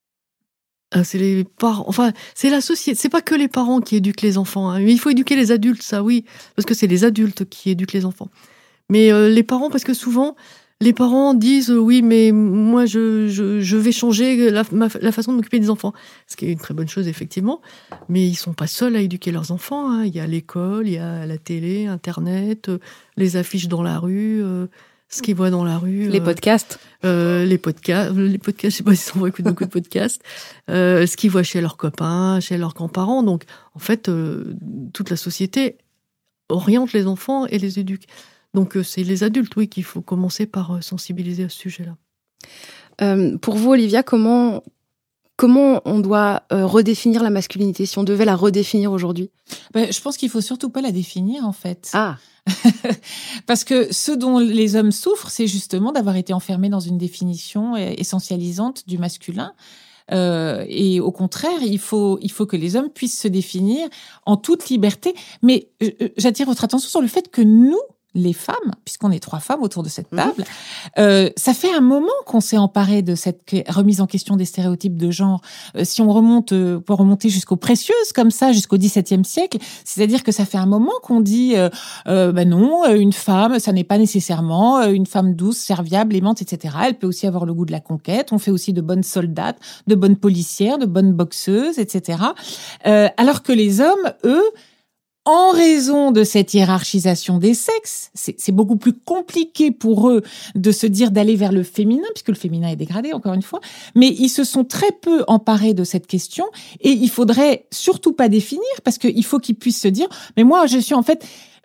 Ah, c'est les parents. Enfin, c'est la société. C'est pas que les parents qui éduquent les enfants. Hein. Il faut éduquer les adultes, ça oui, parce que c'est les adultes qui éduquent les enfants. Mais euh, les parents, parce que souvent, les parents disent euh, oui, mais moi, je, je, je vais changer la, ma, la façon de m'occuper des enfants. Ce qui est une très bonne chose, effectivement. Mais ils sont pas seuls à éduquer leurs enfants. Hein. Il y a l'école, il y a la télé, Internet, euh, les affiches dans la rue, euh, ce qu'ils voient dans la rue. Les euh, podcasts. Euh, les podcasts. Les podcasts, je sais pas s'ils écoutent beaucoup de podcasts. Euh, ce qu'ils voient chez leurs copains, chez leurs grands-parents. Donc, en fait, euh, toute la société oriente les enfants et les éduque. Donc, euh, c'est les adultes, oui, qu'il faut commencer par euh, sensibiliser à ce sujet-là. Euh, pour vous, Olivia, comment, comment on doit euh, redéfinir la masculinité, si on devait la redéfinir aujourd'hui? Ben, je pense qu'il faut surtout pas la définir, en fait. Ah. Parce que ce dont les hommes souffrent, c'est justement d'avoir été enfermés dans une définition essentialisante du masculin. Euh, et au contraire, il faut, il faut que les hommes puissent se définir en toute liberté. Mais euh, j'attire votre attention sur le fait que nous, les femmes, puisqu'on est trois femmes autour de cette table, mmh. euh, ça fait un moment qu'on s'est emparé de cette remise en question des stéréotypes de genre. Euh, si on remonte, euh, peut remonter jusqu'aux précieuses, comme ça, jusqu'au dix-septième siècle, c'est-à-dire que ça fait un moment qu'on dit, euh, euh, ben non, une femme, ça n'est pas nécessairement une femme douce, serviable, aimante, et cetera. Elle peut aussi avoir le goût de la conquête. On fait aussi de bonnes soldates, de bonnes policières, de bonnes boxeuses, et cetera. Euh, alors que les hommes, eux, en raison de cette hiérarchisation des sexes, c'est, c'est beaucoup plus compliqué pour eux de se dire d'aller vers le féminin, puisque le féminin est dégradé, encore une fois, mais ils se sont très peu emparés de cette question, et il faudrait surtout pas définir, parce qu'il faut qu'ils puissent se dire, mais moi, je suis en fait...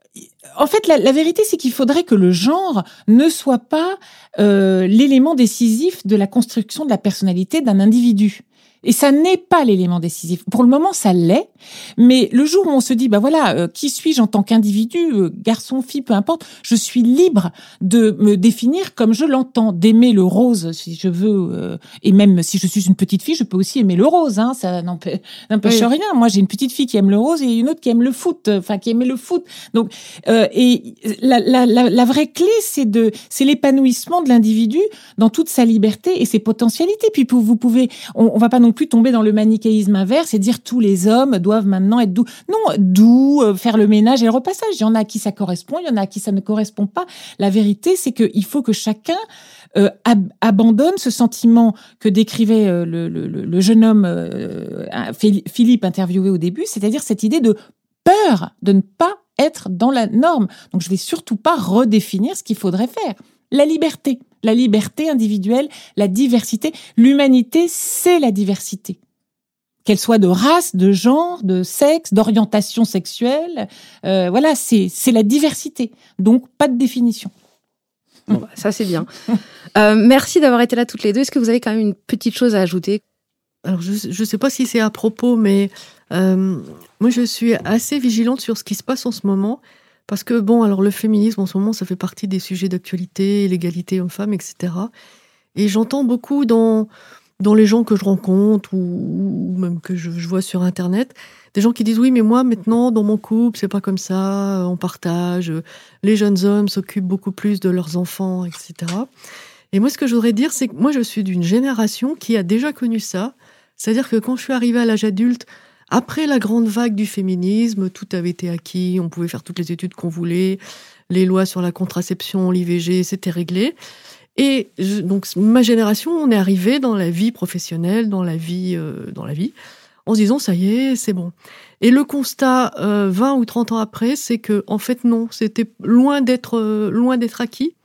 En fait, la, la vérité, c'est qu'il faudrait que le genre ne soit pas euh, l'élément décisif de la construction de la personnalité d'un individu. Et ça n'est pas l'élément décisif. Pour le moment, ça l'est. Mais le jour où on se dit, bah voilà, euh, qui suis-je en tant qu'individu, euh, garçon, fille, peu importe, je suis libre de me définir comme je l'entends, d'aimer le rose, si je veux, euh, et même si je suis une petite fille, je peux aussi aimer le rose, hein, ça n'empêche, n'empêche oui. rien. Moi, j'ai une petite fille qui aime le rose et une autre qui aime le foot, enfin, qui aimait le foot. Donc, euh, et la, la, la, la vraie clé, c'est de, c'est l'épanouissement de l'individu dans toute sa liberté et ses potentialités. Puis, vous pouvez, on, on va pas non plus tomber dans le manichéisme inverse et dire tous les hommes doivent maintenant être doux. Non, doux, euh, faire le ménage et le repassage. Il y en a à qui ça correspond, il y en a à qui ça ne correspond pas. La vérité, c'est qu'il faut que chacun euh, ab- abandonne ce sentiment que décrivait euh, le, le, le jeune homme euh, Philippe interviewé au début, c'est-à-dire cette idée de peur de ne pas être dans la norme. Donc, je vais surtout pas redéfinir ce qu'il faudrait faire. La liberté, la liberté individuelle, la diversité. L'humanité, c'est la diversité. Qu'elle soit de race, de genre, de sexe, d'orientation sexuelle. Euh, voilà, c'est, c'est la diversité. Donc, pas de définition. Bon, bah, ça, c'est bien. euh, merci d'avoir été là toutes les deux. Est-ce que vous avez quand même une petite chose à ajouter ? Alors, je ne sais pas si c'est à propos, mais euh, moi, je suis assez vigilante sur ce qui se passe en ce moment. Parce que, bon, alors le féminisme, en ce moment, ça fait partie des sujets d'actualité, l'égalité homme-femme, et cetera. Et j'entends beaucoup dans, dans les gens que je rencontre ou, ou même que je, je vois sur Internet, des gens qui disent « Oui, mais moi, maintenant, dans mon couple, c'est pas comme ça, on partage, les jeunes hommes s'occupent beaucoup plus de leurs enfants, et cetera » Et moi, ce que je voudrais dire, c'est que moi, je suis d'une génération qui a déjà connu ça. C'est-à-dire que quand je suis arrivée à l'âge adulte, après la grande vague du féminisme, tout avait été acquis, on pouvait faire toutes les études qu'on voulait, les lois sur la contraception, l'I V G, c'était réglé. Et je, donc, ma génération, on est arrivé dans la vie professionnelle, dans la vie, euh, dans la vie, en se disant, ça y est, c'est bon. Et le constat, euh, vingt ou trente ans après, c'est que, en fait, non, c'était loin d'être, euh, loin d'être acquis.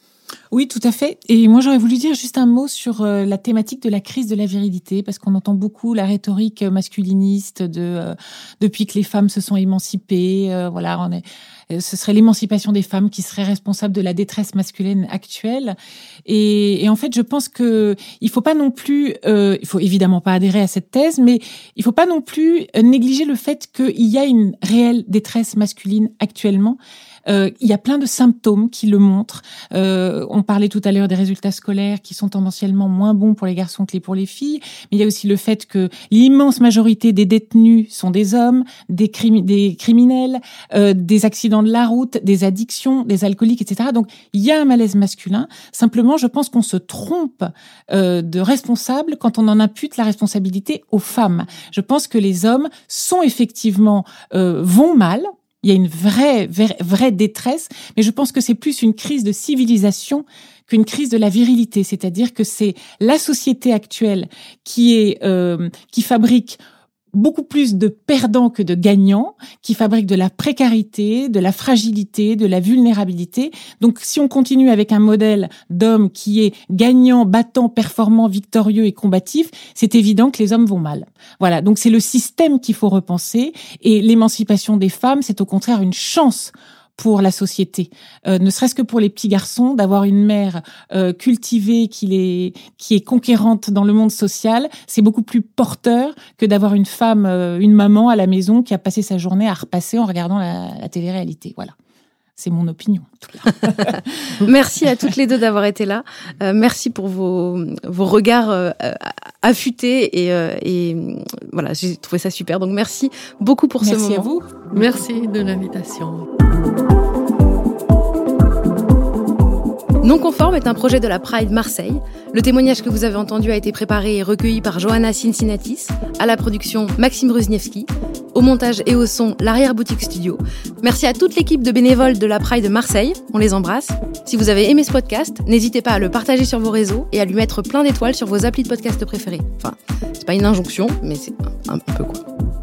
Oui, tout à fait. Et moi, j'aurais voulu dire juste un mot sur euh, la thématique de la crise de la virilité, parce qu'on entend beaucoup la rhétorique masculiniste de euh, depuis que les femmes se sont émancipées. Euh, voilà, on est, ce serait l'émancipation des femmes qui serait responsable de la détresse masculine actuelle. Et, et en fait, je pense que il faut pas non plus, euh, il faut évidemment pas adhérer à cette thèse, mais il faut pas non plus négliger le fait qu'il y a une réelle détresse masculine actuellement. Euh, il y a plein de symptômes qui le montrent. Euh, on parlait tout à l'heure des résultats scolaires qui sont tendanciellement moins bons pour les garçons que pour les filles. Mais il y a aussi le fait que l'immense majorité des détenus sont des hommes, des, crimi- des criminels, euh, des accidents de la route, des addictions, des alcooliques, et cetera. Donc, il y a un malaise masculin. Simplement, je pense qu'on se trompe euh, de responsable quand on en impute la responsabilité aux femmes. Je pense que les hommes sont effectivement euh, vont mal. Il y a une vraie, vraie, vraie détresse, mais je pense que c'est plus une crise de civilisation qu'une crise de la virilité. C'est-à-dire que c'est la société actuelle qui est, euh, qui fabrique beaucoup plus de perdants que de gagnants, qui fabriquent de la précarité, de la fragilité, de la vulnérabilité. Donc, si on continue avec un modèle d'homme qui est gagnant, battant, performant, victorieux et combatif, c'est évident que les hommes vont mal. Voilà. Donc, c'est le système qu'il faut repenser. Et l'émancipation des femmes, c'est au contraire une chance pour la société. Euh, ne serait-ce que pour les petits garçons, d'avoir une mère euh, cultivée qui, les, qui est conquérante dans le monde social, c'est beaucoup plus porteur que d'avoir une femme, euh, une maman à la maison qui a passé sa journée à repasser en regardant la, la télé-réalité. Voilà. C'est mon opinion, en tout cas. Merci à toutes les deux d'avoir été là. Euh, merci pour vos, vos regards euh, affûtés et, euh, et voilà, j'ai trouvé ça super. Donc merci beaucoup pour merci ce moment. Merci à vous. Merci de l'invitation. Non conforme est un projet de la Pride Marseille. Le témoignage que vous avez entendu a été préparé et recueilli par Johanna Cincinnatis, à la production Maxime Rusniewski, au montage et au son l'Arrière-Boutique Studio. Merci à toute l'équipe de bénévoles de la Pride Marseille, on les embrasse. Si vous avez aimé ce podcast, n'hésitez pas à le partager sur vos réseaux et à lui mettre plein d'étoiles sur vos applis de podcast préférés. Enfin, c'est pas une injonction, mais c'est un, un peu quoi.